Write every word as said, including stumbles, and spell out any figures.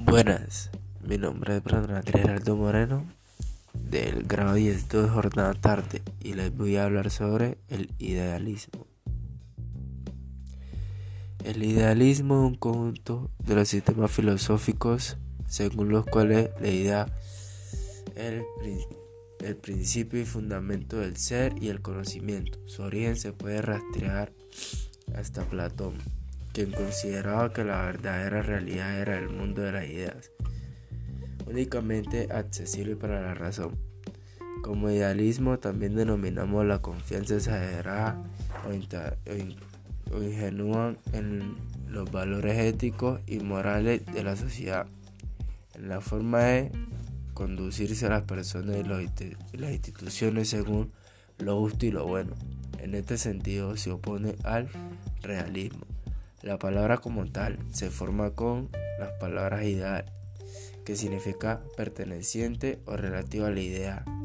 Buenas, mi nombre es Brandon Andrés Geraldo Moreno del grado diez de jornada tarde y les voy a hablar sobre el idealismo. El idealismo es un conjunto de los sistemas filosóficos según los cuales la idea es el, el principio y fundamento del ser y el conocimiento. Su origen se puede rastrear hasta Platón, quien consideraba que la verdadera realidad era el mundo de las ideas, únicamente accesible para la razón. Como idealismo también denominamos la confianza exagerada o, inter, o, in, o ingenua en los valores éticos y morales de la sociedad, en la forma de conducirse a las personas y, los, y las instituciones según lo justo y lo bueno. En este sentido se opone al realismo. La palabra como tal se forma con las palabras ideal, que significa perteneciente o relativo a la idea,